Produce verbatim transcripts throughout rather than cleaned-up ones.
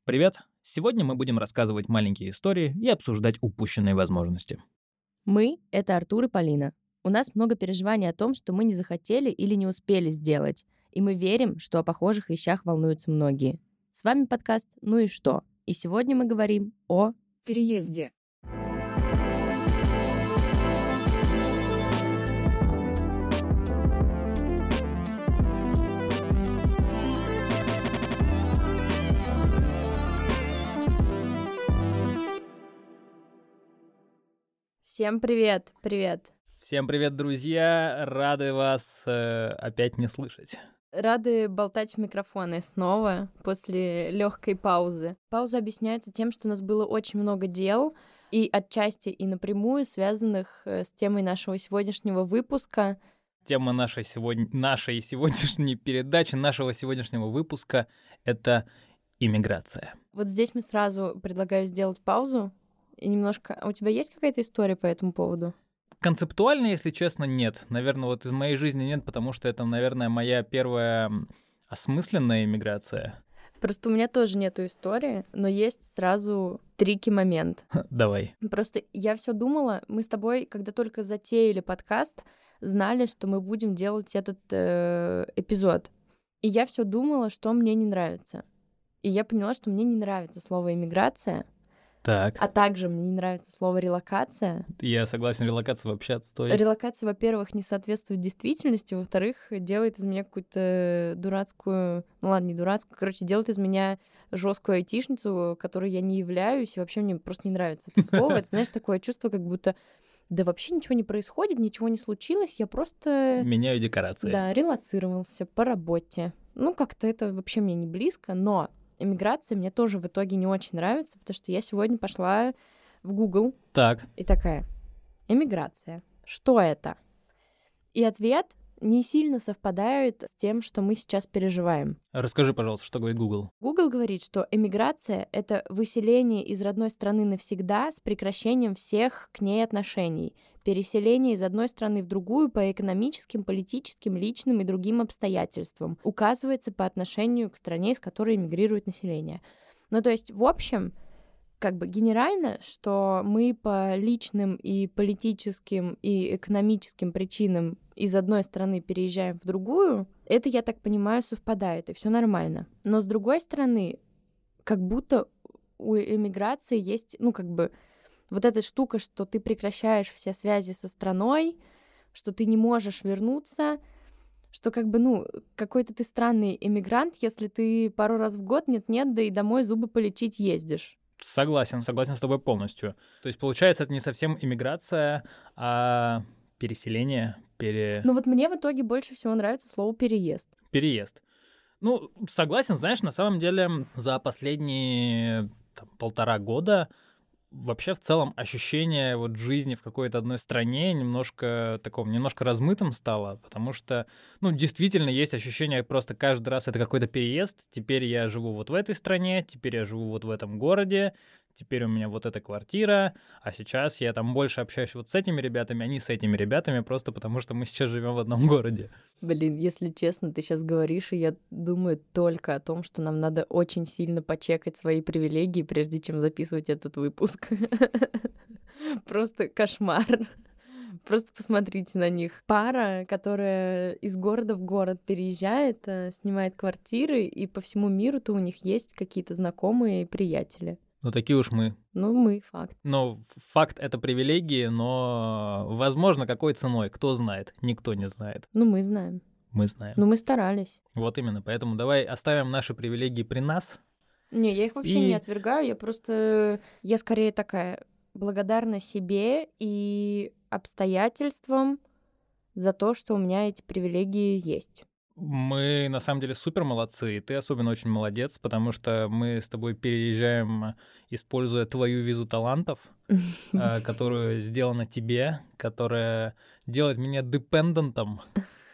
Привет! Сегодня мы будем рассказывать маленькие истории и обсуждать упущенные возможности. Мы — это Артур и Полина. У нас много переживаний о том, что мы не захотели или не успели сделать. И мы верим, что о похожих вещах волнуются многие. С вами подкаст «Ну и что?». И сегодня мы говорим о... переезде. Всем привет! Привет! Всем привет, друзья! Рады вас э, опять не слышать. Рады болтать в микрофоны снова после легкой паузы. Пауза объясняется тем, что у нас было очень много дел, и отчасти и напрямую связанных с темой нашего сегодняшнего выпуска. Тема нашей, сегодня... нашей сегодняшней передачи, нашего сегодняшнего выпуска — это иммиграция. Вот здесь мы сразу предлагаю сделать паузу и немножко... А у тебя есть какая-то история по этому поводу? Концептуально, если честно, нет. Наверное, вот из моей жизни нет, потому что это, наверное, моя первая осмысленная иммиграция. Просто у меня тоже нету истории, но есть сразу трики-момент. Давай. Просто я все думала, мы с тобой, когда только затеяли подкаст, знали, что мы будем делать этот э, эпизод. И я все думала, что мне не нравится. И я поняла, что мне не нравится слово «иммиграция», Так. а также мне не нравится слово «релокация». Я согласен, релокация вообще отстой. Релокация, во-первых, не соответствует действительности, во-вторых, делает из меня какую-то дурацкую... Ну ладно, не дурацкую, короче, делает из меня жесткую айтишницу, которой я не являюсь, и вообще мне просто не нравится это слово. Это, знаешь, такое чувство, как будто да вообще ничего не происходит, ничего не случилось, я просто... Меняю декорации. Да, релоцировался по работе. Ну, как-то это вообще мне не близко, но эмиграция мне тоже в итоге не очень нравится, потому что я сегодня пошла в Google. Так. И такая: эмиграция. Что это? И ответ не сильно совпадает с тем, что мы сейчас переживаем. Расскажи, пожалуйста, что говорит Google. Google говорит, что эмиграция — это выселение из родной страны навсегда с прекращением всех к ней отношений, переселение из одной страны в другую по экономическим, политическим, личным и другим обстоятельствам, указывается по отношению к стране, из которой эмигрирует население. Ну, то есть, в общем, как бы генерально, что мы по личным и политическим и экономическим причинам из одной страны переезжаем в другую, это, я так понимаю, совпадает, и все нормально. Но с другой стороны, как будто у эмиграции есть, ну, как бы, вот эта штука, что ты прекращаешь все связи со страной, что ты не можешь вернуться, что как бы, ну, какой-то ты странный эмигрант, если ты пару раз в год нет-нет, да и домой зубы полечить ездишь. Согласен, согласен с тобой полностью. То есть, получается, это не совсем иммиграция, а переселение, пере... Ну вот мне в итоге больше всего нравится слово «переезд». переезд. Ну, согласен, знаешь, на самом деле за последние там, полтора года вообще в целом ощущение вот жизни в какой-то одной стране немножко таком, немножко размытым стало, потому что, ну, действительно есть ощущение просто каждый раз это какой-то переезд, теперь я живу вот в этой стране, теперь я живу вот в этом городе, теперь у меня вот эта квартира, а сейчас я там больше общаюсь вот с этими ребятами, а не с этими ребятами, просто потому что мы сейчас живем в одном городе. Блин, если честно, ты сейчас говоришь, и я думаю только о том, что нам надо очень сильно почекать свои привилегии, прежде чем записывать этот выпуск. Просто кошмар. Просто посмотрите на них. Пара, которая из города в город переезжает, снимает квартиры, и по всему миру-то у них есть какие-то знакомые и приятели. Ну, такие уж мы. Ну, мы, факт. Ну, факт — это привилегии, но, возможно, какой ценой, кто знает, никто не знает. Ну, мы знаем. Мы знаем. Ну, мы старались. Вот именно, поэтому давай оставим наши привилегии при нас. Не, я их вообще И... не отвергаю, я просто... Я скорее такая благодарна себе и обстоятельствам за то, что у меня эти привилегии есть. Мы, на самом деле, супер молодцы, и ты особенно очень молодец, потому что мы с тобой переезжаем, используя твою визу талантов, которую сделана тебе, которая делает меня депендентом,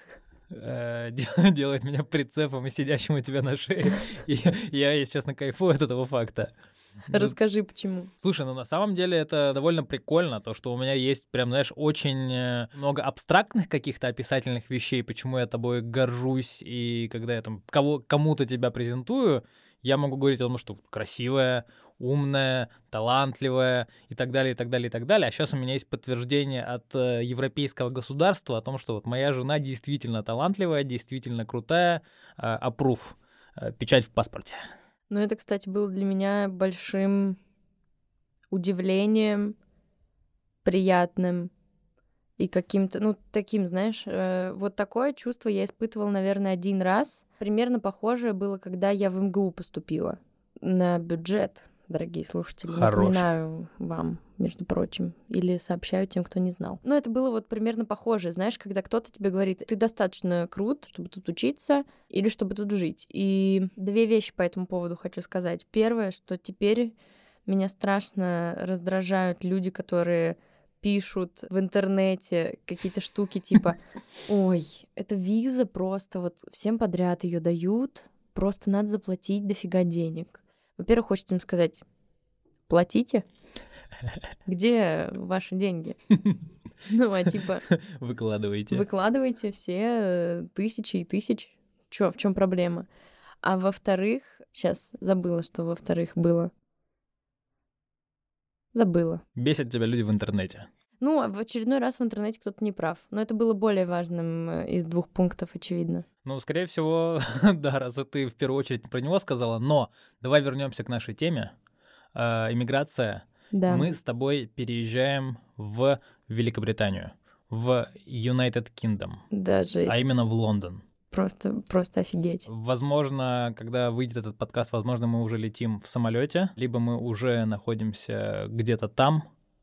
делает меня прицепом и сидящим у тебя на шее. И я, если честно, кайфую от этого факта. Расскажи, почему. Слушай, ну на самом деле это довольно прикольно, то, что у меня есть прям, знаешь, очень много абстрактных каких-то описательных вещей, почему я тобой горжусь, и когда я там кого, кому-то тебя презентую, Я могу говорить о том, что красивая, умная, талантливая и так далее, и так далее, и так далее. А сейчас у меня есть подтверждение от э, европейского государства о том, что вот моя жена действительно талантливая, действительно крутая, э, approve, э, печать в паспорте. Ну, это, кстати, было для меня большим удивлением, приятным и каким-то, ну, таким, знаешь, э, вот такое чувство я испытывала, наверное, один раз. Примерно похожее было, когда я в эм гэ у поступила на бюджет, дорогие слушатели. Хорош. Напоминаю вам, между прочим, или сообщаю тем, кто не знал. Но это было вот примерно похоже, знаешь, когда кто-то тебе говорит, ты достаточно крут, чтобы тут учиться или чтобы тут жить. И две вещи по этому поводу хочу сказать. Первое, что теперь меня страшно раздражают люди, которые пишут в интернете какие-то штуки типа «Ой, эта виза просто вот всем подряд ее дают, просто надо заплатить дофига денег». Во-первых, хочется им сказать «Платите? Где ваши деньги?» Ну, а типа Выкладывайте. Выкладывайте все тысячи и тысяч. Чё, в чем проблема? А во-вторых, сейчас забыла, что во-вторых было. Забыла. Бесят тебя люди в интернете. Ну, а в очередной раз в интернете кто-то не прав. Но это было более важным из двух пунктов, очевидно. Ну, скорее всего, да, раз ты в первую очередь про него сказала. Но давай вернемся к нашей теме. Э, иммиграция. Да. Мы с тобой переезжаем в Великобританию, в United Kingdom, Да, жесть. а именно в Лондон. Просто, просто офигеть. Возможно, когда выйдет этот подкаст, возможно, мы уже летим в самолете, либо мы уже находимся где-то там,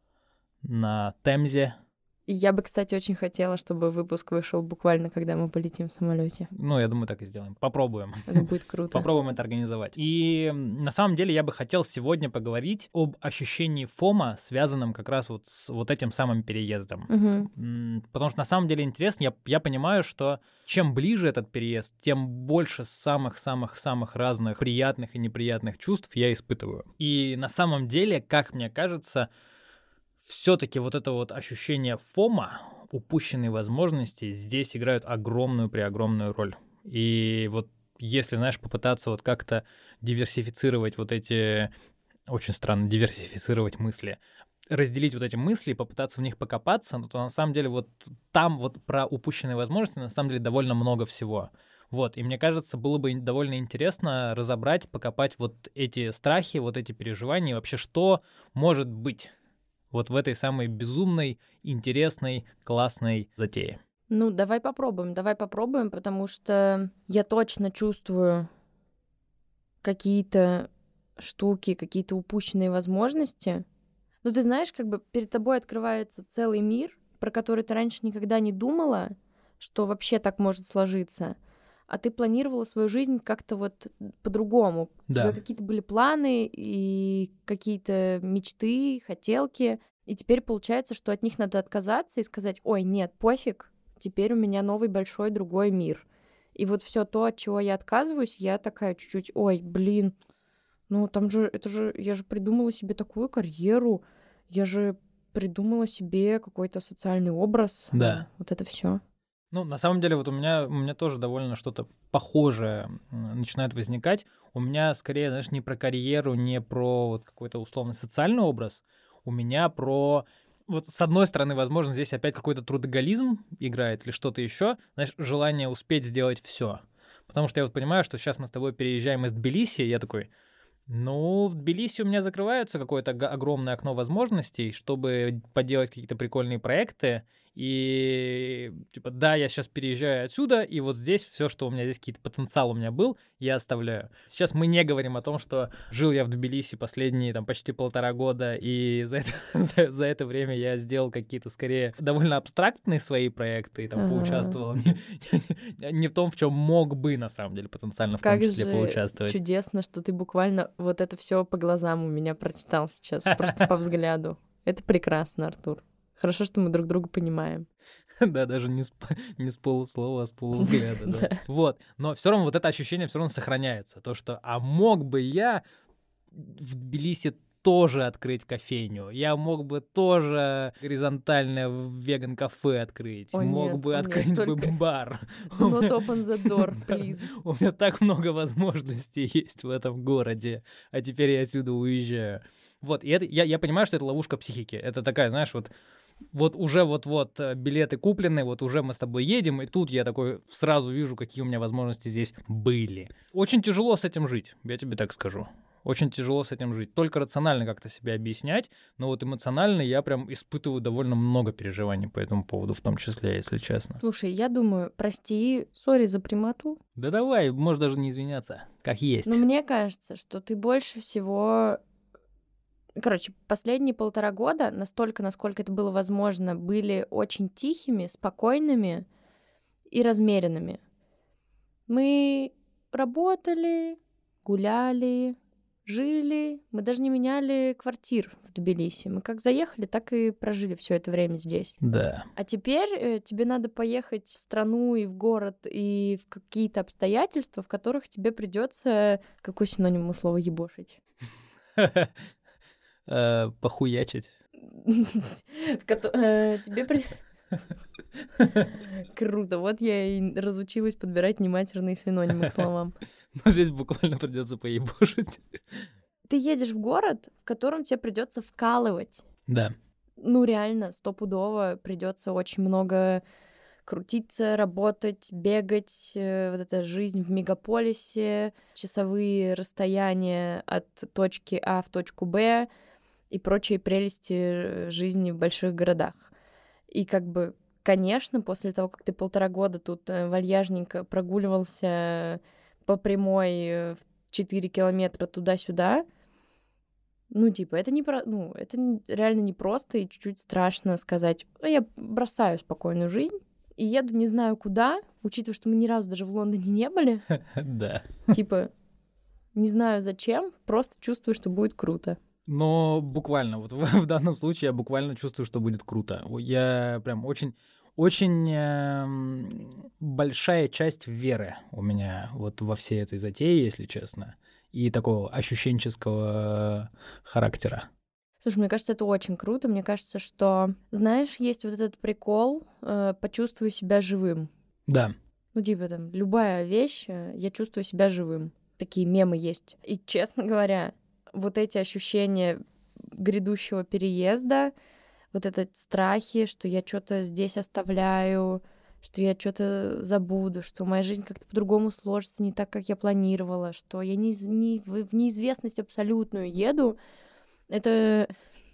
на Темзе. И я бы, кстати, очень хотела, чтобы выпуск вышел буквально, когда мы полетим в самолете. Ну, я думаю, так и сделаем. Попробуем. Это будет круто. Попробуем это организовать. И на самом деле я бы хотел сегодня поговорить об ощущении фома, связанном как раз вот с вот этим самым переездом. Угу. Потому что на самом деле интересно, я, я понимаю, что чем ближе этот переезд, тем больше самых-самых-самых разных приятных и неприятных чувств я испытываю. И на самом деле, как мне кажется, все-таки вот это вот ощущение фома, упущенные возможности, здесь играют огромную-преогромную роль. И вот если, знаешь, попытаться вот как-то диверсифицировать вот эти, очень странно, диверсифицировать мысли, разделить вот эти мысли, попытаться в них покопаться, то на самом деле вот там вот про упущенные возможности на самом деле довольно много всего. Вот, и мне кажется, было бы довольно интересно разобрать, покопать вот эти страхи, вот эти переживания, и вообще что может быть вот в этой самой безумной, интересной, классной затее. Ну, давай попробуем, давай попробуем, потому что я точно чувствую какие-то штуки, какие-то упущенные возможности. Ну, ты знаешь, как бы перед тобой открывается целый мир, про который ты раньше никогда не думала, что вообще так может сложиться. А ты планировала свою жизнь как-то вот по-другому. Да. У тебя какие-то были планы и какие-то мечты, хотелки. И теперь получается, что от них надо отказаться и сказать: ой, нет, пофиг, теперь у меня новый большой другой мир. И вот все то, от чего я отказываюсь, я такая чуть-чуть: ой, блин, ну там же, это же, я же придумала себе такую карьеру, я же придумала себе какой-то социальный образ. Да. Вот это все. Ну, на самом деле, вот у меня, у меня тоже довольно что-то похожее начинает возникать. У меня скорее, знаешь, не про карьеру, не про вот какой-то условный социальный образ. У меня про... Вот с одной стороны, возможно, здесь опять какой-то трудоголизм играет или что-то еще, знаешь, желание успеть сделать все. Потому что я вот понимаю, что сейчас мы с тобой переезжаем из Тбилиси, и я такой... Ну, в Тбилиси у меня закрывается какое-то огромное окно возможностей, чтобы поделать какие-то прикольные проекты. И, типа, да, я сейчас переезжаю отсюда, и вот здесь все, что у меня здесь, какие-то потенциал у меня был, я оставляю. Сейчас мы не говорим о том, что жил я в Тбилиси последние, там, почти полтора года, и за это, за, за это время я сделал какие-то, скорее, довольно абстрактные свои проекты, и там А-а-а. поучаствовал не, не в том, в чем мог бы, на самом деле, потенциально в том Как числе же поучаствовать. чудесно, что ты буквально вот это все по глазам у меня прочитал сейчас, просто по взгляду. Это прекрасно, Артур. Хорошо, что мы друг друга понимаем. Да, даже не с, не с полуслова, а с полувзгляда, да. Вот, но все равно вот это ощущение все равно сохраняется. То, что, а мог бы я в Тбилиси тоже открыть кофейню, я мог бы тоже горизонтальное веган-кафе открыть, О, мог нет, бы о, открыть нет, бы только бар. do not open the door, please. У меня так много возможностей есть в этом городе, а теперь я отсюда уезжаю. Вот, и это, я, я понимаю, что это ловушка психики. Это такая, знаешь, вот, вот уже вот-вот билеты куплены, вот уже мы с тобой едем, и тут я такой сразу вижу, какие у меня возможности здесь были. Очень тяжело с этим жить, я тебе так скажу. Очень тяжело с этим жить. Только рационально как-то себе объяснять, но вот эмоционально я прям испытываю довольно много переживаний по этому поводу, в том числе, если честно. Слушай, я думаю, прости, сори за прямоту. Да давай, можешь даже не извиняться, как есть. Но мне кажется, что ты больше всего... Короче, последние полтора года, настолько, насколько это было возможно, были очень тихими, спокойными и размеренными. Мы работали, гуляли, жили, мы даже не меняли квартир в Тбилиси. Мы как заехали, так и прожили все это время здесь. Да. А теперь э, тебе надо поехать в страну и в город и в какие-то обстоятельства, в которых тебе придется... Какой синоним у слова ебошить? Похуячить. Тебе при... Круто, вот я и разучилась подбирать нематерные синонимы к словам. Но здесь буквально придется поебошить. Ты едешь в город, в котором тебе придется вкалывать. Да. Ну, реально, стопудово придется очень много крутиться, работать, бегать. Вот эта жизнь в мегаполисе, часовые расстояния от точки А в точку Б и прочие прелести жизни в больших городах. И как бы, конечно, после того, как ты полтора года тут вальяжненько прогуливался по прямой в четыре километра туда-сюда, ну, типа, это не про... ну, это реально непросто и чуть-чуть страшно сказать, я бросаю спокойную жизнь и еду не знаю куда, учитывая, что мы ни разу даже в Лондоне не были. Да. Типа, не знаю зачем, просто чувствую, что будет круто. Но буквально, вот в, в данном случае я буквально чувствую, что будет круто. Я прям очень, очень э, большая часть веры у меня вот во всей этой затее, если честно, и такого ощущенческого характера. Слушай, мне кажется, это очень круто. Мне кажется, что, знаешь, есть вот этот прикол э, «почувствую себя живым». Да. Ну, типа там, любая вещь, э, я чувствую себя живым. Такие мемы есть. И, честно говоря, вот эти ощущения грядущего переезда, вот это страхи, что я что-то здесь оставляю, что я что-то забуду, что моя жизнь как-то по-другому сложится, не так, как я планировала, что я не, не, в неизвестность абсолютную еду, это...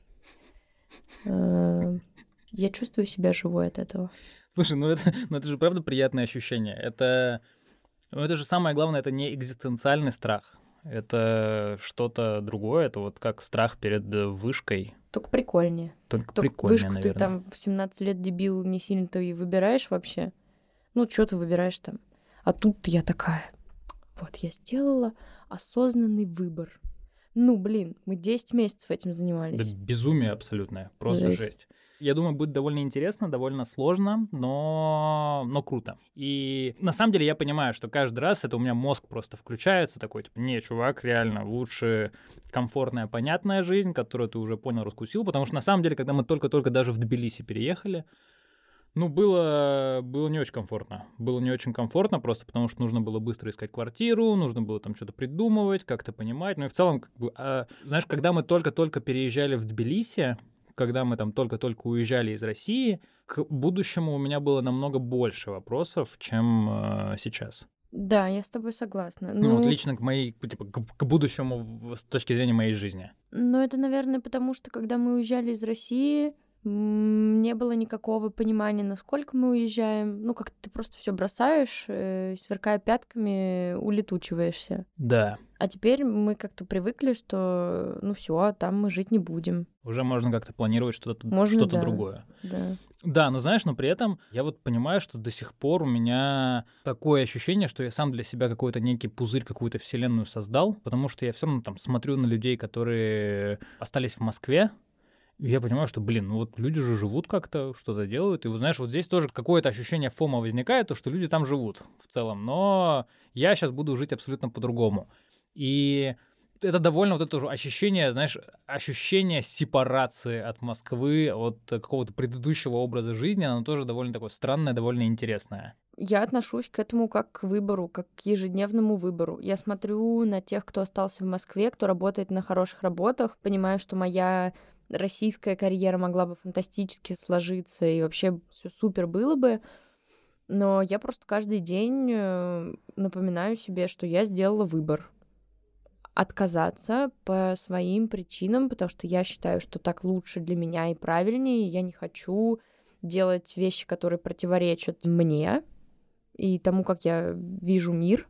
Я чувствую себя живой от этого. Слушай, ну это, ну это же правда приятное ощущение. Это, ну это же самое главное, это не экзистенциальный страх. Это что-то другое, это вот как страх перед вышкой. Только прикольнее. Только, Только прикольнее, вышку наверное. ты там в семнадцать лет, дебил, не сильно-то и выбираешь вообще. Ну, что ты выбираешь там? А тут я такая, вот, я сделала осознанный выбор. Ну, блин, мы десять месяцев этим занимались. Да безумие абсолютное, просто Жесть. жесть. Я думаю, будет довольно интересно, довольно сложно, но, но круто. И на самом деле я понимаю, что каждый раз это у меня мозг просто включается, такой, типа, не, чувак, реально, лучше комфортная, понятная жизнь, которую ты уже понял, раскусил, потому что на самом деле, когда мы только-только даже в Тбилиси переехали, ну, было, было не очень комфортно. Было не очень комфортно, просто потому что нужно было быстро искать квартиру, нужно было там что-то придумывать, как-то понимать. Ну и в целом, как бы, а, знаешь, когда мы только-только переезжали в Тбилиси, когда мы там только-только уезжали из России, к будущему у меня было намного больше вопросов, чем э, сейчас. Да, я с тобой согласна. Ну, Ну, вот лично к моей, типа, к, к будущему в- с точки зрения моей жизни. но это, наверное, потому что, когда мы уезжали из России, м, не было никакого понимания, насколько мы уезжаем. Ну, как ты просто все бросаешь, э, сверкая пятками, улетучиваешься. Да. А теперь мы как-то привыкли, что, ну все, там мы жить не будем. Уже можно как-то планировать что-то, Можно, что-то да. другое. Да. Да, но знаешь, но при этом я вот понимаю, что до сих пор у меня такое ощущение, что я сам для себя какой-то некий пузырь, какую-то вселенную создал, потому что я все равно там смотрю на людей, которые остались в Москве, и я понимаю, что, блин, ну вот люди же живут как-то, что-то делают, и вот знаешь, вот здесь тоже какое-то ощущение фома возникает, то, что люди там живут в целом, но я сейчас буду жить абсолютно по-другому. И это довольно вот это уже ощущение, знаешь, ощущение сепарации от Москвы, от какого-то предыдущего образа жизни, оно тоже довольно такое странное, довольно интересное. Я отношусь к этому как к выбору, как к ежедневному выбору. Я смотрю на тех, кто остался в Москве, кто работает на хороших работах, понимаю, что моя российская карьера могла бы фантастически сложиться, и вообще все супер было бы. Но я просто каждый день напоминаю себе, что я сделала выбор. Отказаться по своим причинам, потому что я считаю, что так лучше для меня и правильнее. Я не хочу делать вещи, которые противоречат мне и тому, как я вижу мир.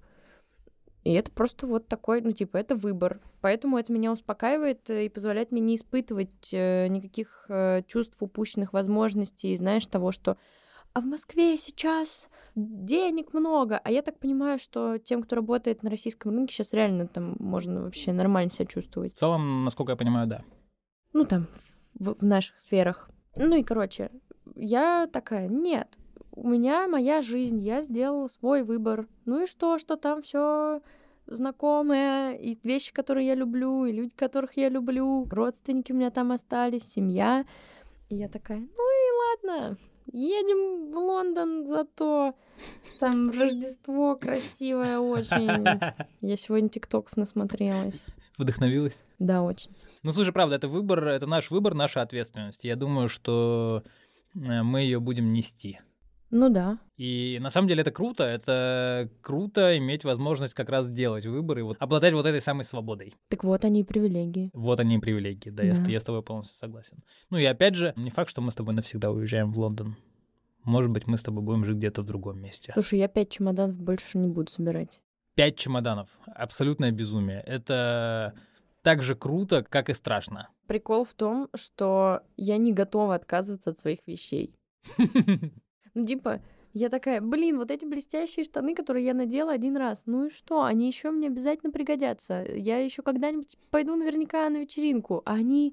И это просто вот такой, ну, типа, это выбор. Поэтому это меня успокаивает и позволяет мне не испытывать никаких чувств, упущенных возможностей, знаешь, того, что а в Москве сейчас денег много. А я так понимаю, что тем, кто работает на российском рынке, сейчас реально там можно вообще нормально себя чувствовать. В целом, насколько я понимаю, да. Ну, там, в, в наших сферах. Ну и, короче, я такая, нет, у меня моя жизнь, я сделала свой выбор. Ну и что, что там все знакомые, и вещи, которые я люблю, и люди, которых я люблю, родственники у меня там остались, семья. И я такая, ну и ладно, едем в Лондон, зато там Рождество красивое очень. Я сегодня тиктоков насмотрелась. Вдохновилась? Да, очень. Ну, слушай, правда, это выбор, это наш выбор, наша ответственность. Я думаю, что мы ее будем нести. Ну да. И на самом деле это круто, это круто иметь возможность как раз делать выбор и вот обладать вот этой самой свободой. Так вот они и привилегии. Вот они и привилегии, да, да. Я, я с тобой полностью согласен. Ну и опять же, не факт, что мы с тобой навсегда уезжаем в Лондон. Может быть, мы с тобой будем жить где-то в другом месте. Слушай, я пять чемоданов больше не буду собирать. Пять чемоданов. Абсолютное безумие. Это так же круто, как и страшно. Прикол в том, что я не готова отказываться от своих вещей. Ну, типа, я такая, блин, вот эти блестящие штаны, которые я надела один раз, ну и что? Они еще мне обязательно пригодятся. Я еще когда-нибудь пойду наверняка на вечеринку. А они...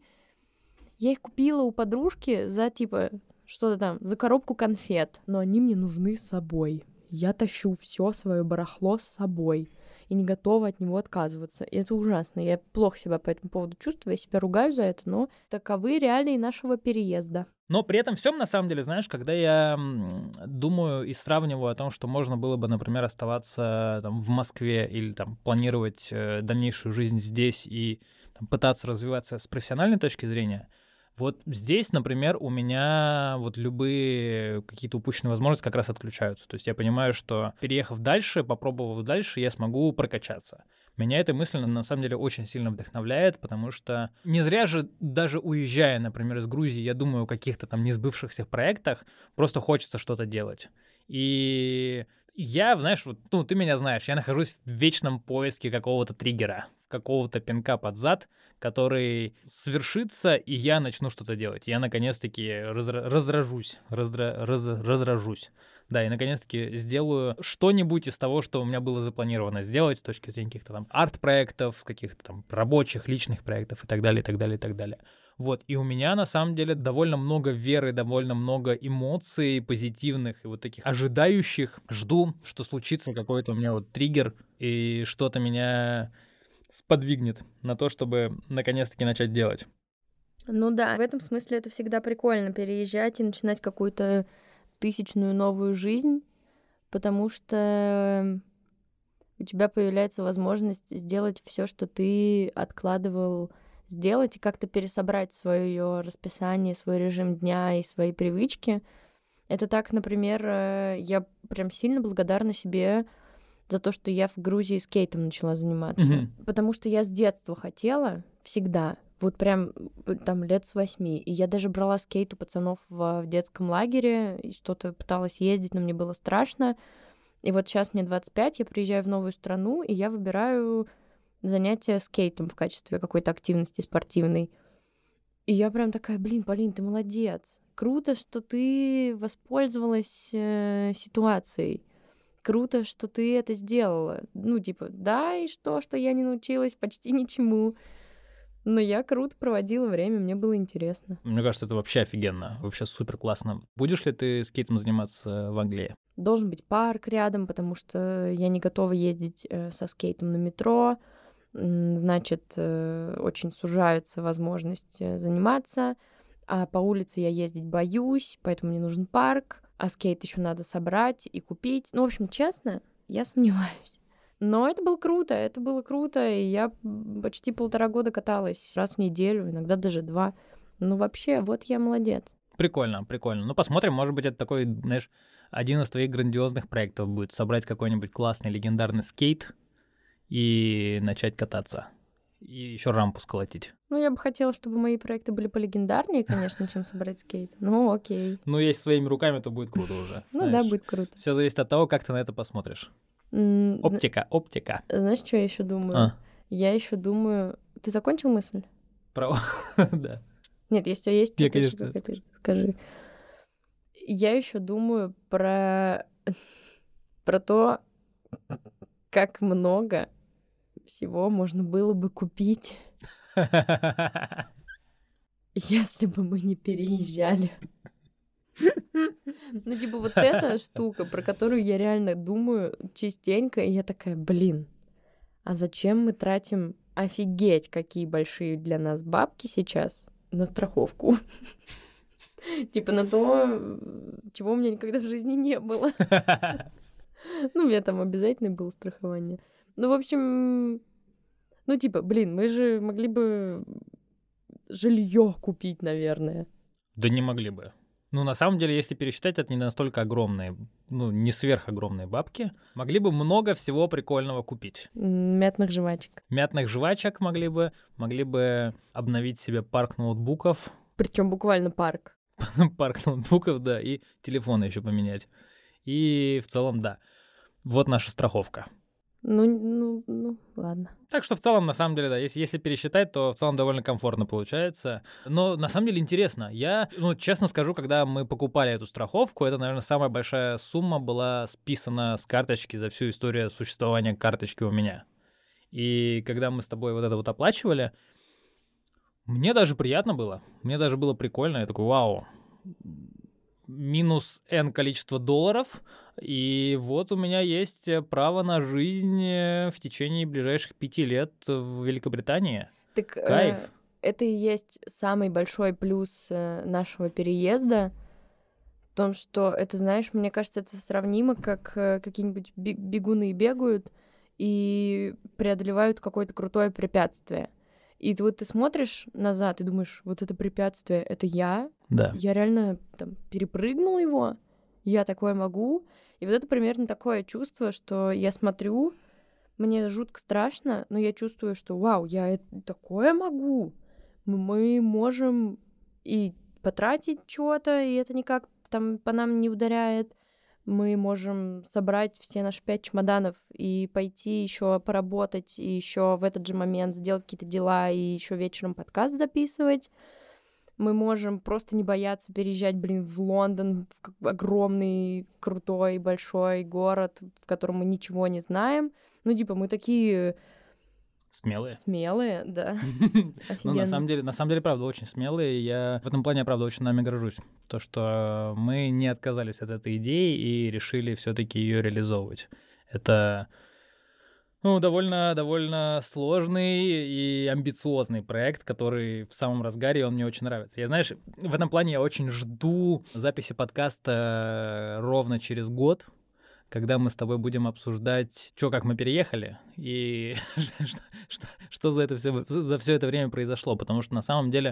Я их купила у подружки за, типа, что-то там, за коробку конфет. Но они мне нужны с собой. Я тащу все свое барахло с собой. И не готова от него отказываться. И это ужасно. Я плохо себя по этому поводу чувствую, я себя ругаю за это, но таковы реалии нашего переезда. Но при этом всем, на самом деле, знаешь, когда я думаю и сравниваю о том, что можно было бы, например, оставаться там, в Москве или там, планировать э, дальнейшую жизнь здесь и там, пытаться развиваться с профессиональной точки зрения, вот здесь, например, у меня вот любые какие-то упущенные возможности как раз отключаются. То есть я понимаю, что переехав дальше, попробовав дальше, я смогу прокачаться. Меня эта мысль, на самом деле, очень сильно вдохновляет, потому что не зря же, даже уезжая, например, из Грузии, я думаю о каких-то там несбывшихся проектах, просто хочется что-то делать. И я, знаешь, вот, ну, ты меня знаешь, я нахожусь в вечном поиске какого-то триггера, какого-то пинка под зад, который свершится, и я начну что-то делать. Я, наконец-таки, разра- разражусь, раздра- раз- разражусь. Да, и, наконец-таки, сделаю что-нибудь из того, что у меня было запланировано сделать с точки зрения каких-то там арт-проектов, каких-то там рабочих, личных проектов и так далее, и так далее, и так далее. Вот, и у меня, на самом деле, довольно много веры, довольно много эмоций позитивных и вот таких ожидающих. Жду, что случится какой-то у меня вот триггер, и что-то меня сподвигнет на то, чтобы наконец-таки начать делать. Ну да, в этом смысле это всегда прикольно, переезжать и начинать какую-то тысячную новую жизнь, потому что у тебя появляется возможность сделать все, что ты откладывал сделать, и как-то пересобрать свое расписание, свой режим дня и свои привычки. Это так, например, я прям сильно благодарна себе за то, что я в Грузии скейтом начала заниматься. Mm-hmm. Потому что я с детства хотела, всегда, вот прям там лет с восьми. И я даже брала скейт у пацанов в, в детском лагере, и что-то пыталась ездить, но мне было страшно. И вот сейчас мне двадцать пять, я приезжаю в новую страну, и я выбираю занятия скейтом в качестве какой-то активности спортивной. И я прям такая, блин, Полин, ты молодец. Круто, что ты воспользовалась э, ситуацией. Круто, что ты это сделала. Ну, типа, да, и что, что я не научилась почти ничему. Но я круто проводила время, мне было интересно. Мне кажется, это вообще офигенно, вообще супер классно. Будешь ли ты скейтом заниматься в Англии? Должен быть парк рядом, потому что я не готова ездить э, со скейтом на метро. значит, очень сужается возможность заниматься, а по улице я ездить боюсь, поэтому мне нужен парк, а скейт еще надо собрать и купить. Ну, в общем, честно, я сомневаюсь. Но это было круто, это было круто, и я почти полтора года каталась раз в неделю, иногда даже два. Ну, вообще, вот я молодец. Прикольно, прикольно. Ну, посмотрим, может быть, это такой, знаешь, один из твоих грандиозных проектов будет — собрать какой-нибудь классный легендарный скейт и начать кататься. И еще рампу сколотить. Ну, я бы хотела, чтобы мои проекты были полегендарнее, конечно, чем собрать скейт. Ну, окей. Ну, если своими руками, то будет круто уже. Ну да, будет круто. Все зависит от того, как ты на это посмотришь. М, Оптика, оптика. Знаешь, что я еще думаю? А. Я еще думаю... Ты закончил мысль? Про... Да. Нет, если у тебя есть Я, что-то ещё, конечно, как это, скажи. Я еще думаю про... про то, как много всего можно было бы купить, если бы мы не переезжали. Ну, типа, вот эта штука, про которую я реально думаю частенько, и я такая, блин, а зачем мы тратим офигеть, какие большие для нас бабки сейчас на страховку? Типа на то, чего у меня никогда в жизни не было. Ну, у меня там обязательно было страхование. Ну, в общем, ну, типа, блин, мы же могли бы жилье купить, наверное. Да не могли бы. Ну, на самом деле, если пересчитать, это не настолько огромные, ну, не сверхогромные бабки. Могли бы много всего прикольного купить. Мятных жвачек. Мятных жвачек могли бы, могли бы обновить себе парк ноутбуков. Причем буквально парк. Парк ноутбуков, да, и телефоны еще поменять. И в целом, да. Вот наша страховка. Ну, ну, ну, ладно. Так что в целом, на самом деле, да, если, если пересчитать, то в целом довольно комфортно получается. Но на самом деле интересно. Я, ну, честно скажу, когда мы покупали эту страховку, это, наверное, самая большая сумма была списана с карточки за всю историю существования карточки у меня. И когда мы с тобой вот это вот оплачивали, мне даже приятно было. Мне даже было прикольно. Я такой, вау, минус N количество долларов, и вот у меня есть право на жизнь в течение ближайших пяти лет в Великобритании. Так, Кайф. Э, это и есть самый большой плюс э, нашего переезда, в том, что это, знаешь, мне кажется, это сравнимо, как э, какие-нибудь бегуны бегают и преодолевают какое-то крутое препятствие. И ты, вот ты смотришь назад и думаешь, вот это препятствие, это я? Да. Я реально там перепрыгнул его? Я такое могу? И вот это примерно такое чувство, что я смотрю, мне жутко страшно, но я чувствую, что вау, я это, такое могу. Мы можем и потратить что-то, и это никак там по нам не ударяет. Мы можем собрать все наши пять чемоданов и пойти еще поработать, и еще в этот же момент сделать какие-то дела, и еще вечером подкаст записывать. Мы можем просто не бояться переезжать, блин, в Лондон, в огромный, крутой, большой город, в котором мы ничего не знаем. Ну, типа, мы такие... Смелые. Смелые, да. Ну, на самом деле, на самом деле, правда, очень смелые. Я в этом плане, правда, очень нами горжусь. То, что мы не отказались от этой идеи и решили все-таки ее реализовывать. Это, ну, довольно, довольно сложный и амбициозный проект, который в самом разгаре, и он мне очень нравится. Я, знаешь, в этом плане я очень жду записи подкаста ровно через год, когда мы с тобой будем обсуждать, что, как мы переехали, и что, что, что за это все, за все это время произошло. Потому что на самом деле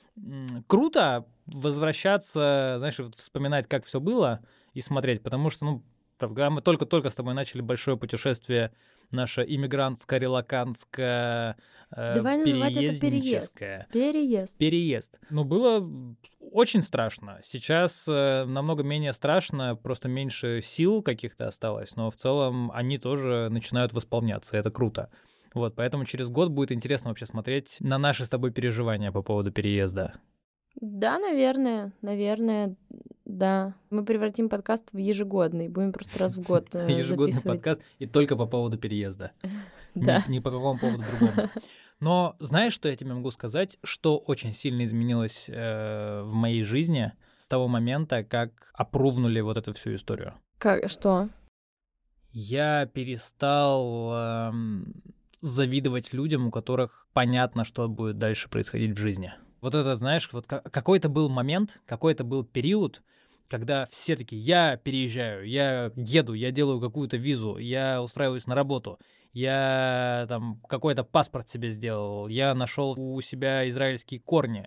круто возвращаться, знаешь, вспоминать, как все было, и смотреть. Потому что, ну, когда мы только-только с тобой начали большое путешествие, наше иммигрантско-релокантское, э, Давай называть это переезд. Переезд. Переезд. Ну, было очень страшно. Сейчас э, намного менее страшно, просто меньше сил каких-то осталось, но в целом они тоже начинают восполняться, это круто. Вот, поэтому через год будет интересно вообще смотреть на наши с тобой переживания по поводу переезда. Да, наверное, наверное, да. Мы превратим подкаст в ежегодный, будем просто раз в год записывать. Ежегодный подкаст, и только по поводу переезда. Да. Ни по какому поводу другому. Но знаешь, что я тебе могу сказать, что очень сильно изменилось э, в моей жизни с того момента, как опрувнули вот эту всю историю? Как, что? Я перестал э, завидовать людям, у которых понятно, что будет дальше происходить в жизни. Вот это, знаешь, вот какой-то был момент, какой-то был период, когда все такие: я переезжаю, я еду, я делаю какую-то визу, я устраиваюсь на работу, я там какой-то паспорт себе сделал, я нашел у себя израильские корни,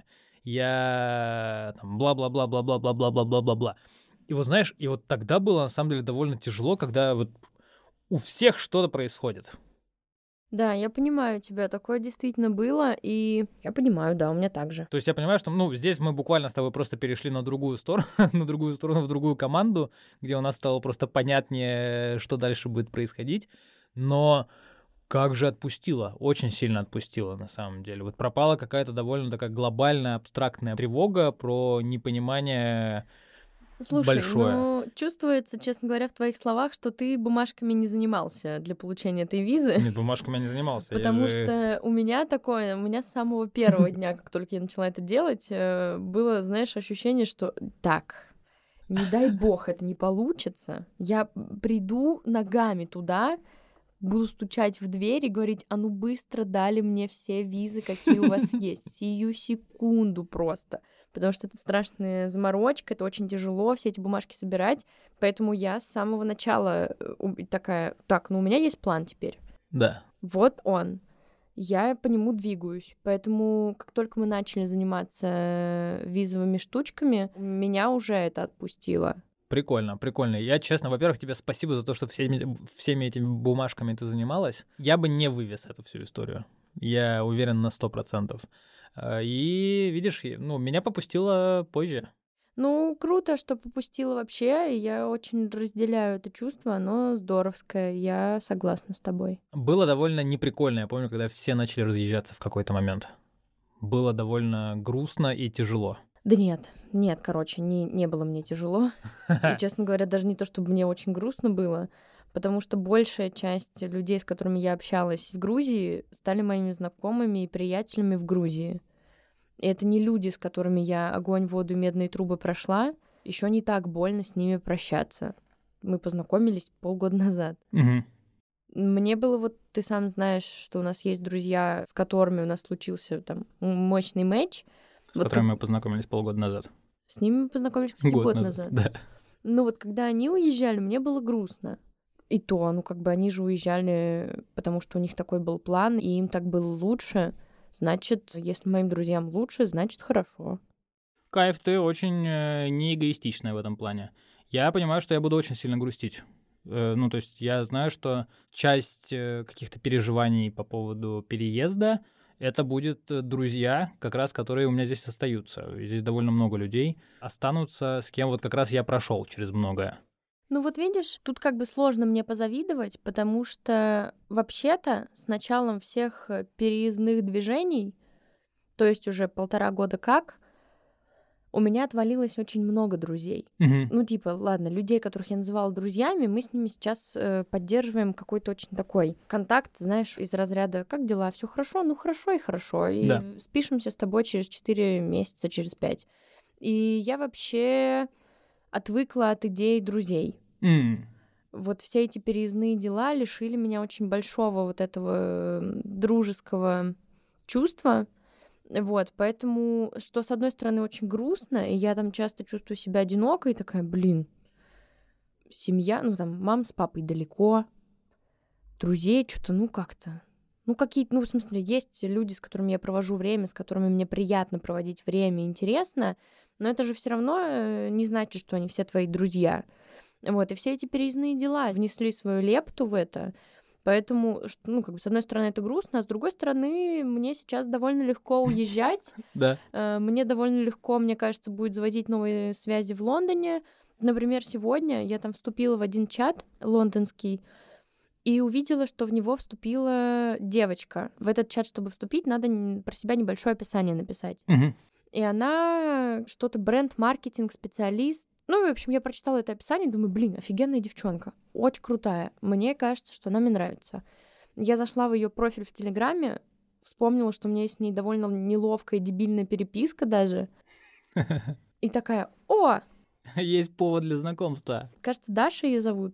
я там бла-бла-бла-бла-бла-бла-бла-бла-бла-бла. И вот знаешь, и вот тогда было на самом деле довольно тяжело, когда вот у всех что-то происходит. Да, я понимаю тебя, такое действительно было, и я понимаю, да, у меня так же. То есть я понимаю, что, ну, здесь мы буквально с тобой просто перешли на другую сторону, на другую сторону, в другую команду, где у нас стало просто понятнее, что дальше будет происходить, но как же отпустило, очень сильно отпустило на самом деле. Вот пропала какая-то довольно такая глобальная, абстрактная тревога про непонимание. Слушай, большое. ну, чувствуется, честно говоря, в твоих словах, что ты бумажками не занимался для получения этой визы. Нет, бумажками я не занимался. Потому же... что у меня такое, у меня с самого первого дня, как только я начала это делать, было, знаешь, ощущение, что так, не дай бог это не получится, я приду ногами туда, буду стучать в дверь и говорить: а ну быстро дали мне все визы, какие у вас есть, сию секунду просто. Потому что это страшная заморочка, это очень тяжело все эти бумажки собирать, поэтому я с самого начала такая: так, ну у меня есть план теперь. Да. Вот он. Я по нему двигаюсь. Поэтому, как только мы начали заниматься визовыми штучками, меня уже это отпустило. Прикольно, прикольно. Я, честно, во-первых, тебе спасибо за то, что всеми, всеми этими бумажками ты занималась. Я бы не вывез эту всю историю. Я уверен на сто процентов. И, видишь, ну, меня попустило позже. Ну, круто, что попустила вообще, и я очень разделяю это чувство, оно здоровское, я согласна с тобой. Было довольно неприкольно, я помню, когда все начали разъезжаться в какой-то момент. Было довольно грустно и тяжело. Да нет, нет, короче, не, не было мне тяжело. И, честно говоря, даже не то, чтобы мне очень грустно было, потому что большая часть людей, с которыми я общалась в Грузии, стали моими знакомыми и приятелями в Грузии. И это не люди, с которыми я огонь, воду, медные трубы прошла. Еще не так больно с ними прощаться. Мы познакомились полгода назад. Угу. Мне было вот, ты сам знаешь, что у нас есть друзья, с которыми у нас случился там мощный матч. С вот которыми как... мы познакомились полгода назад. С ними мы познакомились, кстати, год, год назад. назад. Да. Ну вот, когда они уезжали, мне было грустно. И то, ну как бы они же уезжали, потому что у них такой был план, и им так было лучше. Значит, если моим друзьям лучше, значит, хорошо. Кайф, ты очень э, неэгоистичная в этом плане. Я понимаю, что я буду очень сильно грустить. Э, ну, то есть я знаю, что часть э, каких-то переживаний по поводу переезда — это будут друзья, как раз, которые у меня здесь остаются. Здесь довольно много людей останутся, с кем вот как раз я прошел через многое. Ну вот видишь, тут как бы сложно мне позавидовать, потому что вообще-то с началом всех переездных движений, то есть уже полтора года как, у меня отвалилось очень много друзей. Угу. Ну типа, ладно, людей, которых я называла друзьями, мы с ними сейчас э, поддерживаем какой-то очень такой контакт, знаешь, из разряда: как дела, все хорошо, ну хорошо и хорошо, и Да. спишемся с тобой через четыре месяца, через пять. И я вообще отвыкла от идей друзей. Mm. Вот все эти переездные дела лишили меня очень большого вот этого дружеского чувства. Вот, поэтому, что с одной стороны очень грустно, и я там часто чувствую себя одинокой, такая: блин, семья, ну там мама с папой далеко, друзей что-то, ну как-то, ну какие-то, ну в смысле, есть люди, с которыми я провожу время, с которыми мне приятно проводить время, интересно, но это же все равно не значит, что они все твои друзья. Вот, и все эти переездные дела внесли свою лепту в это. Поэтому, ну, как бы, с одной стороны, это грустно, а с другой стороны, мне сейчас довольно легко уезжать. Да. Мне довольно легко, мне кажется, будет заводить новые связи в Лондоне. Например, сегодня я там вступила в один чат лондонский и увидела, что в него вступила девочка. В этот чат, чтобы вступить, надо про себя небольшое описание написать. Угу. И она что-то бренд-маркетинг, специалист. Ну, в общем, я прочитала это описание, думаю: блин, офигенная девчонка, очень крутая. Мне кажется, что она мне нравится. Я зашла в ее профиль в Телеграме, вспомнила, что у меня есть с ней довольно неловкая, дебильная переписка даже. И такая: о! Есть повод для знакомства. Кажется, Даша ее зовут.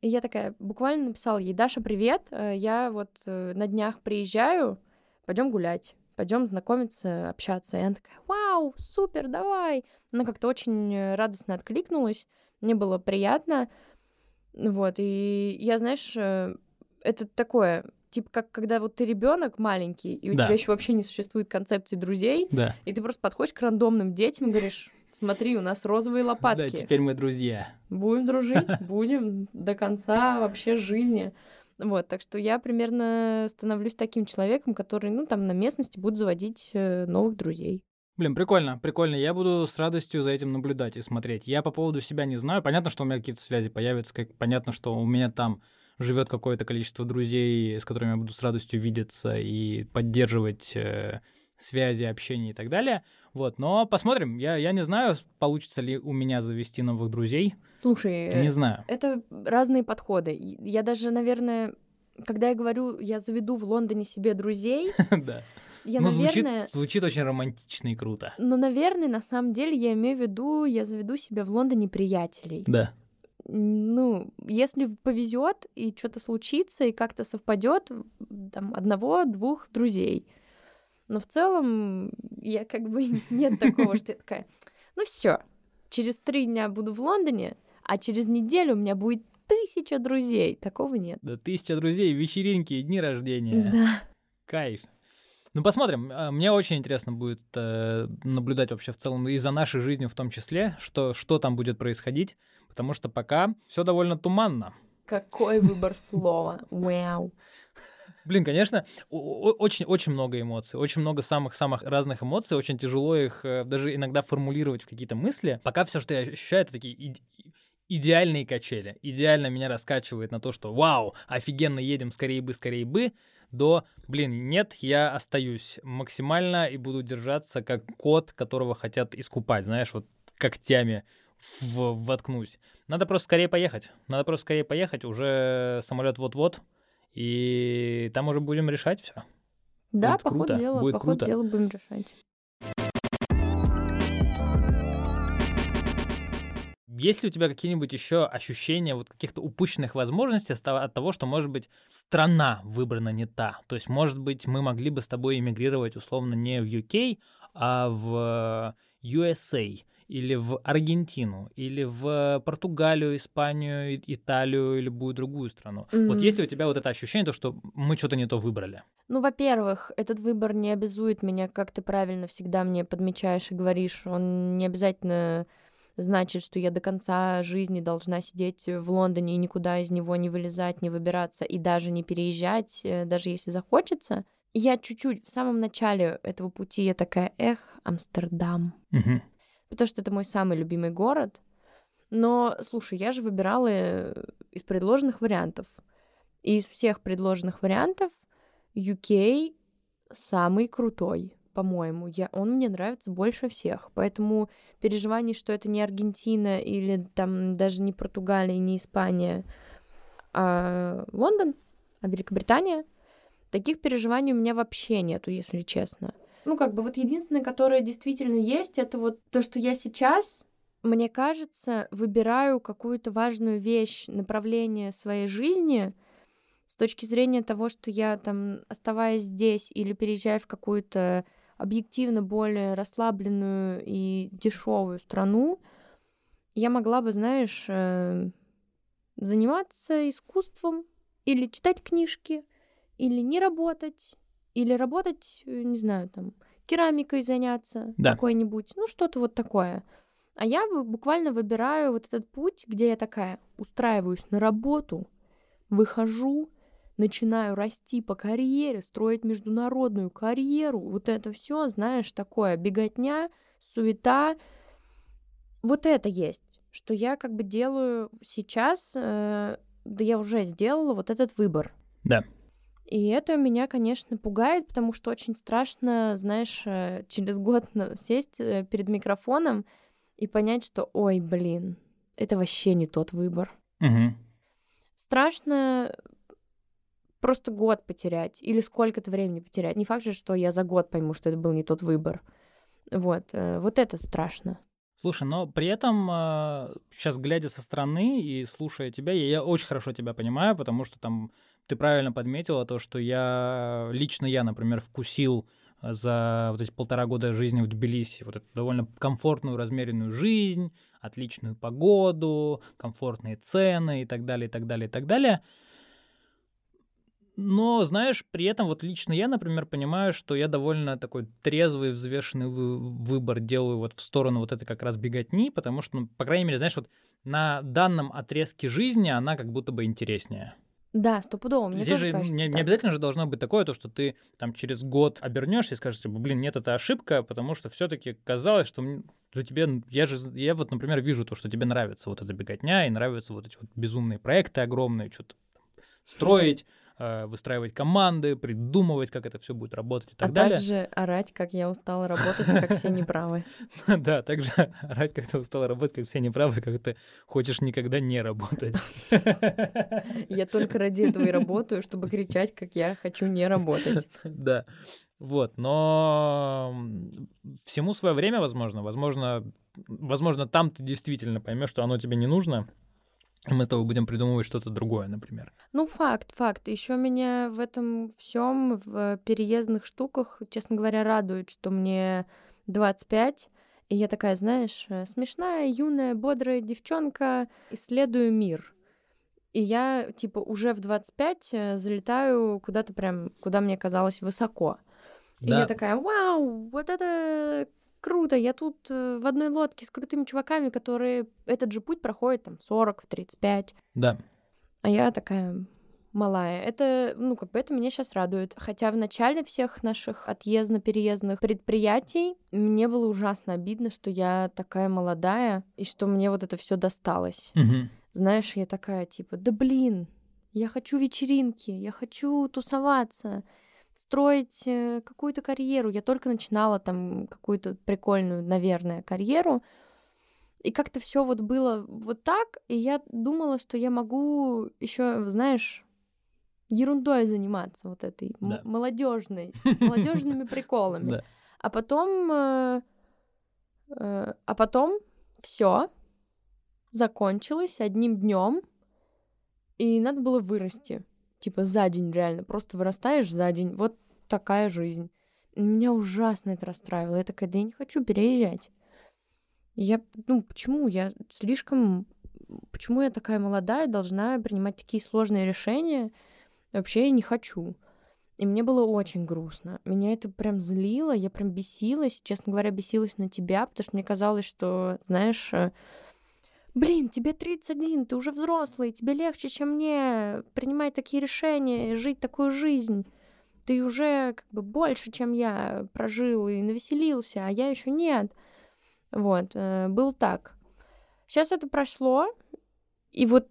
И я такая буквально написала ей: Даша, привет, я вот на днях приезжаю, пойдем гулять, пойдем знакомиться, общаться. И она такая: вау, супер, давай. Она как-то очень радостно откликнулась, мне было приятно. Вот, и я, знаешь, это такое, типа как когда вот ты ребенок маленький, и у Да. тебя еще вообще не существует концепции друзей, Да. и ты просто подходишь к рандомным детям и говоришь: смотри, у нас розовые лопатки. Да, теперь мы друзья. Будем дружить, будем до конца вообще жизни. Вот, так что я примерно становлюсь таким человеком, который, ну, там, на местности будет заводить э, новых друзей. Блин, прикольно, прикольно. Я буду с радостью за этим наблюдать и смотреть. Я по поводу себя не знаю. Понятно, что у меня какие-то связи появятся, как понятно, что у меня там живет какое-то количество друзей, с которыми я буду с радостью видеться и поддерживать э, связи, общение и так далее. Вот, но посмотрим. Я, я не знаю, получится ли у меня завести новых друзей. Слушай, Не знаю. это разные подходы. Я даже, наверное, когда я говорю, я заведу в Лондоне себе друзей, Да. я, Ну, наверное... звучит, звучит очень романтично и круто. Но, наверное, на самом деле я имею в виду, я заведу себе в Лондоне приятелей. Да. Ну, если повезет и что-то случится, и как-то совпадет, там, одного-двух друзей. Но в целом я как бы нет такого, что я такая: ну все, через три дня буду в Лондоне, а через неделю у меня будет тысяча друзей. Такого нет. Да, тысяча друзей, вечеринки, дни рождения. Да. Кайф. Ну, посмотрим. Мне очень интересно будет э, наблюдать вообще в целом и за нашей жизнью в том числе, что, что там будет происходить, потому что пока все довольно туманно. Какой выбор слова. Вау. Блин, конечно, очень-очень много эмоций, очень много самых-самых разных эмоций, очень тяжело их э, даже иногда формулировать в какие-то мысли. Пока все, что я ощущаю, это такие иде- идеальные качели. Идеально меня раскачивает на то, что вау, офигенно, едем, скорее бы, скорее бы, до, блин, нет, я остаюсь максимально и буду держаться как кот, которого хотят искупать, знаешь, вот когтями в- воткнусь. Надо просто скорее поехать, надо просто скорее поехать, уже самолет вот-вот, и там уже будем решать все. Да, Будет по ходу круто, дела, будет по ходу круто. дела будем решать. Есть ли у тебя какие-нибудь еще ощущения вот каких-то упущенных возможностей от того, что, может быть, страна выбрана не та? То есть, может быть, мы могли бы с тобой эмигрировать условно не в ю кей, а в ю эс эй, или в Аргентину, или в Португалию, Испанию, Италию, или любую другую страну. Mm-hmm. Вот есть ли у тебя вот это ощущение, то, что мы что-то не то выбрали? Ну, во-первых, этот выбор не обязует меня, как ты правильно всегда мне подмечаешь и говоришь, он не обязательно значит, что я до конца жизни должна сидеть в Лондоне и никуда из него не вылезать, не выбираться и даже не переезжать, даже если захочется. Я чуть-чуть в самом начале этого пути я такая: эх, Амстердам. Угу. Потому что это мой самый любимый город. Но, слушай, я же выбирала из предложенных вариантов. И из всех предложенных вариантов ю кей самый крутой. По-моему, я, он мне нравится больше всех. Поэтому переживаний, что это не Аргентина или там даже не Португалия, не Испания, а Лондон, а Великобритания, таких переживаний у меня вообще нету, если честно. Ну, как бы вот единственное, которое действительно есть, это вот то, что я сейчас, мне кажется, выбираю какую-то важную вещь, направление своей жизни с точки зрения того, что я там, оставаясь здесь или переезжая в какую-то объективно более расслабленную и дешевую страну, я могла бы, знаешь, заниматься искусством или читать книжки, или не работать, или работать, не знаю, там, керамикой заняться, да, какой-нибудь, ну, что-то вот такое. А я буквально выбираю вот этот путь, где я такая устраиваюсь на работу, выхожу, начинаю расти по карьере, строить международную карьеру, вот это все, знаешь, такое, беготня, суета, вот это есть, что я как бы делаю сейчас, э, да я уже сделала вот этот выбор. Да. И это меня, конечно, пугает, потому что очень страшно, знаешь, через год сесть перед микрофоном и понять, что, ой, блин, это вообще не тот выбор. Угу. Страшно просто год потерять или сколько-то времени потерять. Не факт же, что я за год пойму, что это был не тот выбор. Вот, вот это страшно. Слушай, но при этом э, сейчас, глядя со стороны и слушая тебя, я, я очень хорошо тебя понимаю, потому что там ты правильно подметила то, что я, лично я, например, вкусил за вот эти полтора года жизни в Тбилиси вот эту довольно комфортную, размеренную жизнь, отличную погоду, комфортные цены и так далее, и так далее, и так далее. Но, знаешь, при этом вот лично я, например, понимаю, что я довольно такой трезвый, взвешенный вы- выбор делаю вот в сторону вот этой как раз беготни, потому что, ну, по крайней мере, знаешь, вот на данном отрезке жизни она как будто бы интереснее. Да, стопудово, мне Здесь тоже же кажется не, не так. обязательно же должно быть такое, то, что ты там через год обернешься и скажешь, типа, блин, нет, это ошибка, потому что все-таки казалось, что м- что тебе, я же, я вот, например, вижу то, что тебе нравится вот эта беготня и нравятся вот эти вот безумные проекты огромные, что-то строить, э, выстраивать команды, придумывать, как это все будет работать и так а далее. также орать, как я устала работать, и как все неправы. Да, также орать, как ты устала работать, как все неправы, как ты хочешь никогда не работать. Я только ради этого и работаю, чтобы кричать, как я хочу не работать. Да. Вот, но м, всему свое время, возможно. Возможно, возможно, там ты действительно поймешь, что оно тебе не нужно, и мы с тобой будем придумывать что-то другое, например. Ну, факт, факт. Еще меня в этом всем, в переездных штуках, честно говоря, радует, что мне двадцать пять, и я такая, знаешь, э, смешная, юная, бодрая девчонка, исследую мир. И я, типа, уже в двадцать пять э, залетаю куда-то прям, куда мне казалось высоко. И я Да, такая, вау, вот это круто, я тут э, в одной лодке с крутыми чуваками, которые этот же путь проходят там в сорок, в тридцать пять. да. А я такая малая. Это, ну, как бы это меня сейчас радует. Хотя в начале всех наших отъездно-переездных предприятий мне было ужасно обидно, что я такая молодая, и что мне вот это все досталось. Мгм. Знаешь, я такая, типа, да блин, я хочу вечеринки, я хочу тусоваться, строить э, какую-то карьеру. Я только начинала там какую-то прикольную, наверное, карьеру. И как-то все вот было вот так, и я думала, что я могу еще, знаешь, ерундой заниматься вот этой м- Да. молодежной, молодежными приколами. Да. А потом, э, э, а потом все закончилось одним днем, и надо было вырасти. Типа за день реально, просто вырастаешь за день. Вот такая жизнь. И меня ужасно это расстраивало. Я такая, да я не хочу переезжать. И я, ну, почему? Я слишком... Почему я такая молодая, должна принимать такие сложные решения? Вообще я не хочу. И мне было очень грустно. Меня это прям злило, я прям бесилась. Честно говоря, бесилась на тебя, потому что мне казалось, что, знаешь, э, блин, тебе тридцать один, ты уже взрослый, тебе легче, чем мне принимать такие решения, жить такую жизнь. Ты уже как бы больше, чем я, прожил и навеселился, а я еще нет. Вот, э, был так. Сейчас это прошло, и вот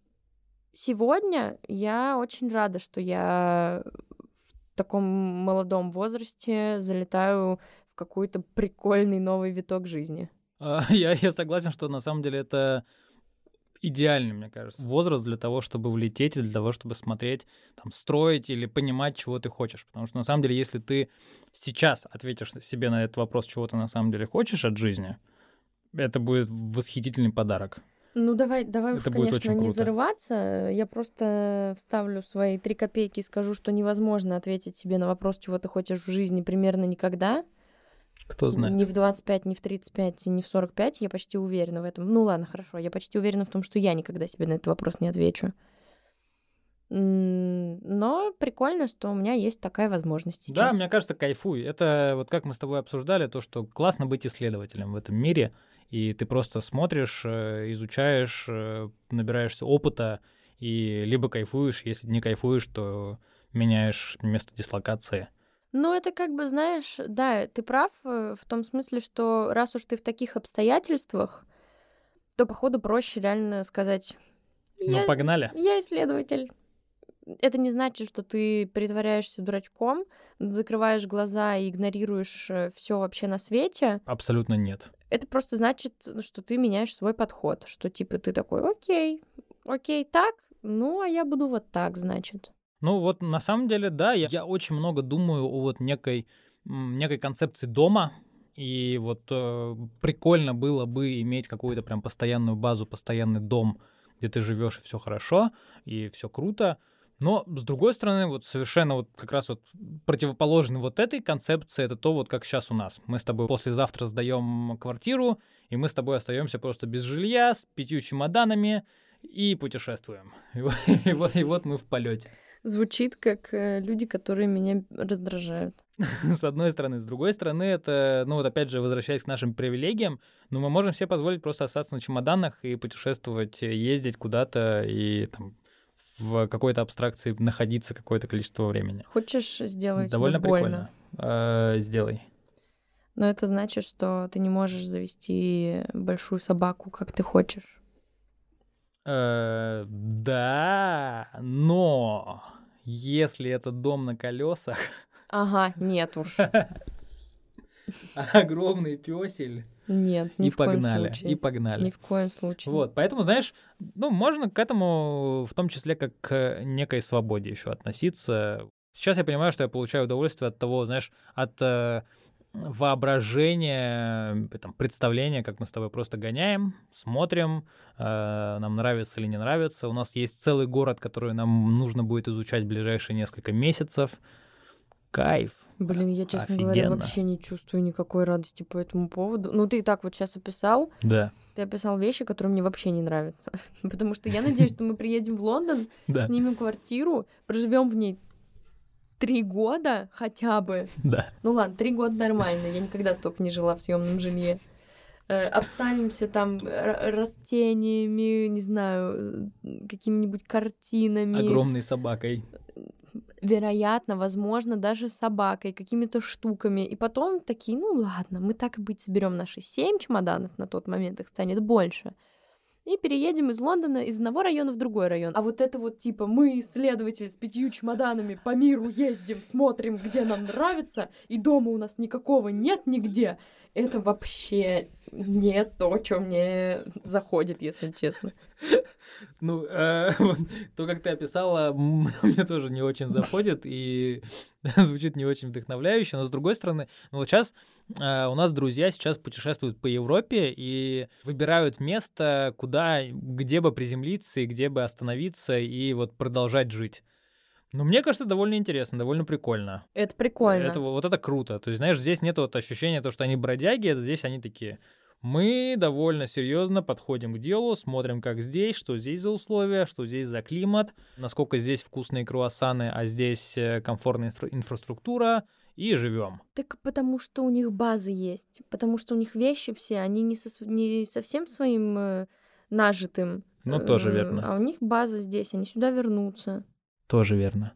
сегодня я очень рада, что я в таком молодом возрасте залетаю в какой-то прикольный новый виток жизни. А, Я, я согласен, что на самом деле это идеальный, мне кажется, возраст для того, чтобы влететь, и для того, чтобы смотреть, там, строить или понимать, чего ты хочешь. Потому что на самом деле, если ты сейчас ответишь себе на этот вопрос, чего ты на самом деле хочешь от жизни, это будет восхитительный подарок. Ну, давай, давай уж, Это будет конечно, очень не круто. зарываться. Я просто вставлю свои три копейки и скажу, что невозможно ответить себе на вопрос, чего ты хочешь в жизни, примерно никогда. Кто знает. Ни в двадцать пять, ни в тридцать пять, ни в сорок пять. Я почти уверена в этом. Ну ладно, хорошо. Я почти уверена в том, что я никогда себе на этот вопрос не отвечу. М, Но прикольно, что у меня есть такая возможность Да, сейчас. мне кажется, кайфуй. Это вот как мы с тобой обсуждали, то, что классно быть исследователем в этом мире, и ты просто смотришь, э, изучаешь, э, набираешься опыта, и либо кайфуешь, если не кайфуешь, то меняешь место дислокации. Ну, это как бы, знаешь, да, ты прав э, в том смысле, что раз уж ты в таких обстоятельствах, то, походу, проще реально сказать, Ну, я, погнали. я исследователь. Это не значит, что ты притворяешься дурачком, закрываешь глаза и игнорируешь все вообще на свете. Абсолютно нет. Это просто значит, что ты меняешь свой подход, что типа ты такой, окей, окей, так, ну, а я буду вот так, значит. Ну вот на самом деле, да, я, я очень много думаю о вот некой, м, некой концепции дома и вот э, прикольно было бы иметь какую-то прям постоянную базу, постоянный дом, где ты живешь, и все хорошо, и все круто. Но, с другой стороны, вот совершенно вот как раз вот противоположно вот этой концепции, это то, вот как сейчас у нас. Мы с тобой послезавтра сдаем квартиру, и мы с тобой остаемся просто без жилья, с пятью чемоданами и путешествуем. И вот, и вот, и вот мы в полете. Звучит как э, люди, которые меня раздражают. С одной стороны. С другой стороны, это, ну вот опять же, возвращаясь к нашим привилегиям, ну мы можем себе позволить просто остаться на чемоданах и путешествовать, ездить куда-то и там в какой-то абстракции находиться какое-то количество времени. Хочешь сделать Довольно больно? прикольно. Э, сделай. Но это значит, что ты не можешь завести большую собаку, как ты хочешь. Э, да, но если это дом на колесах, Ага, нет уж. огромный пёсель, Нет, ни и в коем погнали, случае. и погнали. Ни в коем случае. Вот, поэтому, знаешь, ну, можно к этому в том числе как к некой свободе еще относиться. Сейчас я понимаю, что я получаю удовольствие от того, знаешь, от э, воображения, там, представления, как мы с тобой просто гоняем, смотрим, э, нам нравится или не нравится. У нас есть целый город, который нам нужно будет изучать в ближайшие несколько месяцев. Кайф. Блин, я, честно Офигенно. говоря, вообще не чувствую никакой радости по этому поводу. Ну, ты и так вот сейчас описал. Да. Ты описал вещи, которые мне вообще не нравятся. Потому что я надеюсь, что мы приедем в Лондон, Да. снимем квартиру, проживем в ней три года хотя бы. Да. Ну ладно, три года нормально. Я никогда столько не жила в съемном жилье. Э, обставимся там р- растениями, не знаю, э, какими-нибудь картинами. Огромной собакой. Вероятно, возможно, даже собакой, какими-то штуками. И потом такие, ну ладно, мы так и быть соберем наши семь чемоданов, на тот момент их станет больше. И переедем из Лондона из одного района в другой район. А вот это вот типа мы, исследователи с пятью чемоданами, по миру ездим, смотрим, где нам нравится, и дома у нас никакого нет нигде. Это вообще не то, что мне заходит, если честно. Ну, э, вот, то, как ты описала, м, мне тоже не очень заходит и звучит не очень вдохновляюще, но с другой стороны, ну вот сейчас э, у нас друзья сейчас путешествуют по Европе и выбирают место, куда, где бы приземлиться и где бы остановиться и вот продолжать жить. Ну, мне кажется, довольно интересно, довольно прикольно. Это прикольно. Это, вот это круто. То есть, знаешь, здесь нет вот ощущения, то, что они бродяги, а здесь они такие... Мы довольно серьезно подходим к делу, смотрим, как здесь, что здесь за условия, что здесь за климат, насколько здесь вкусные круассаны, а здесь э, комфортная инфра- инфраструктура, и живем. Так потому что у них базы есть, потому что у них вещи все, они не, со, не совсем своим э, нажитым. Ну, тоже э, верно. А у них база здесь, они сюда вернутся. Тоже верно.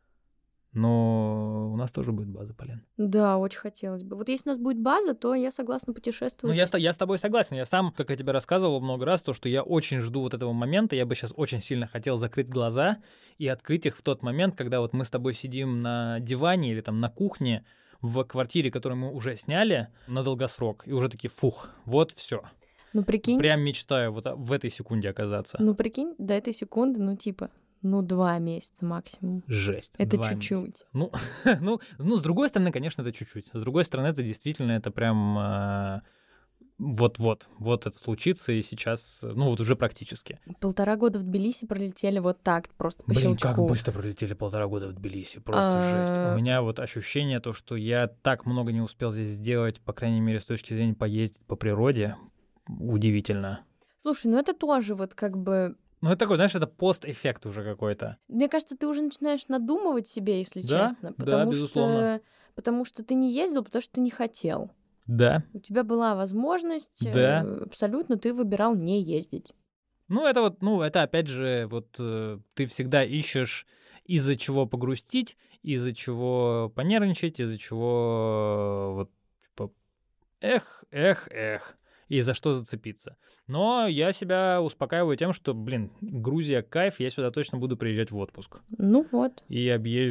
Но у нас тоже будет база, Полин. Да, очень хотелось бы. Вот если у нас будет база, то я согласна путешествовать. Ну, я, с- я с тобой согласен. Я сам, как я тебе рассказывал много раз, то, что я очень жду вот этого момента. Я бы сейчас очень сильно хотел закрыть глаза и открыть их в тот момент, когда вот мы с тобой сидим на диване или там на кухне в квартире, которую мы уже сняли на долгосрок, и уже такие, фух, вот все. Ну, прикинь, Прям мечтаю вот в этой секунде оказаться. ну, прикинь, до этой секунды, ну, типа, ну, два месяца максимум. Жесть. Это два чуть-чуть. месяца. Ну, ну, ну, с другой стороны, конечно, это чуть-чуть. С другой стороны, это действительно, это прям э, вот-вот, вот это случится, и сейчас, ну, вот уже практически. Полтора года в Тбилиси пролетели вот так, просто по Блин, щелчку. как быстро пролетели полтора года в Тбилиси, просто А, жесть. У меня вот ощущение то, что я так много не успел здесь сделать, по крайней мере, с точки зрения поездить по природе, удивительно. Слушай, ну это тоже вот как бы... Ну, это такой, знаешь, это пост-эффект уже какой-то. Мне кажется, ты уже начинаешь надумывать себе, если Да, честно. да, Потому безусловно. что... Потому что ты не ездил, потому что ты не хотел. Да. У тебя была возможность, Да. э, абсолютно ты выбирал не ездить. Ну, это вот, ну, это опять же, вот э, ты всегда ищешь из-за чего погрустить, из-за чего понервничать, из-за чего э, вот, типа, эх, эх, эх, и за что зацепиться. Но я себя успокаиваю тем, что, блин, Грузия кайф, я сюда точно буду приезжать в отпуск. Ну вот. И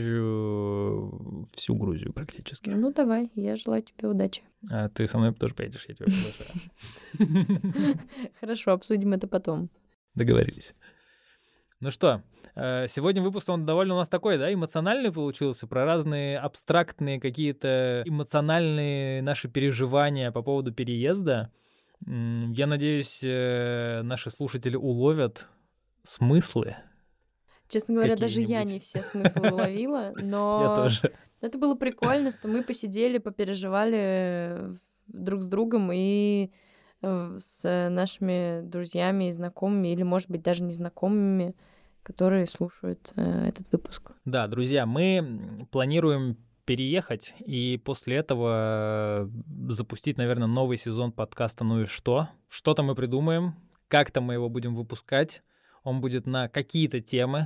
объезжу всю Грузию практически. Ну давай, я желаю тебе удачи. А ты со мной тоже поедешь, я тебя приглашаю. Хорошо, обсудим это потом. Договорились. Ну что, э, сегодня выпуск, он довольно у нас такой, да, эмоциональный получился, про разные абстрактные какие-то эмоциональные наши переживания по поводу переезда. М, Я надеюсь, э, наши слушатели уловят смыслы Честно говоря, даже я какие-нибудь. не все смыслы уловила, Я но тоже. это было прикольно, что мы посидели, попереживали друг с другом и э, с нашими друзьями и знакомыми, или, может быть, даже незнакомыми, которые слушают э, этот выпуск. Да, друзья, мы м, планируем переехать и после этого э, запустить, наверное, новый сезон подкаста «Ну и что?». Что-то мы придумаем, как-то мы его будем выпускать. Он будет на какие-то темы,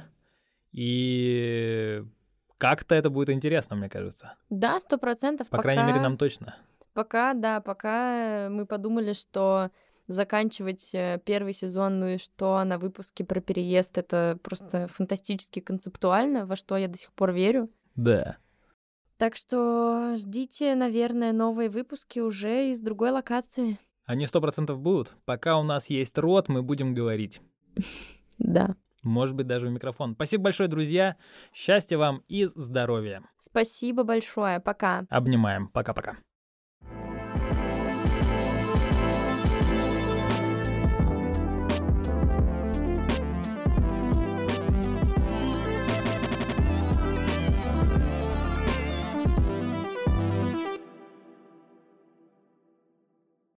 и как-то это будет интересно, мне кажется. Да, сто процентов. По пока... крайней мере, нам точно. Пока, да, пока мы подумали, что заканчивать э, первый сезон, ну и что, на выпуске про переезд, это просто фантастически концептуально, во что я до сих пор верю. Да. Так что ждите, наверное, новые выпуски уже из другой локации. Они сто процентов будут. Пока у нас есть рот, мы будем говорить. Да. Может быть, даже в микрофон. Спасибо большое, друзья. Счастья вам и здоровья. Спасибо большое. Пока. Обнимаем. Пока-пока.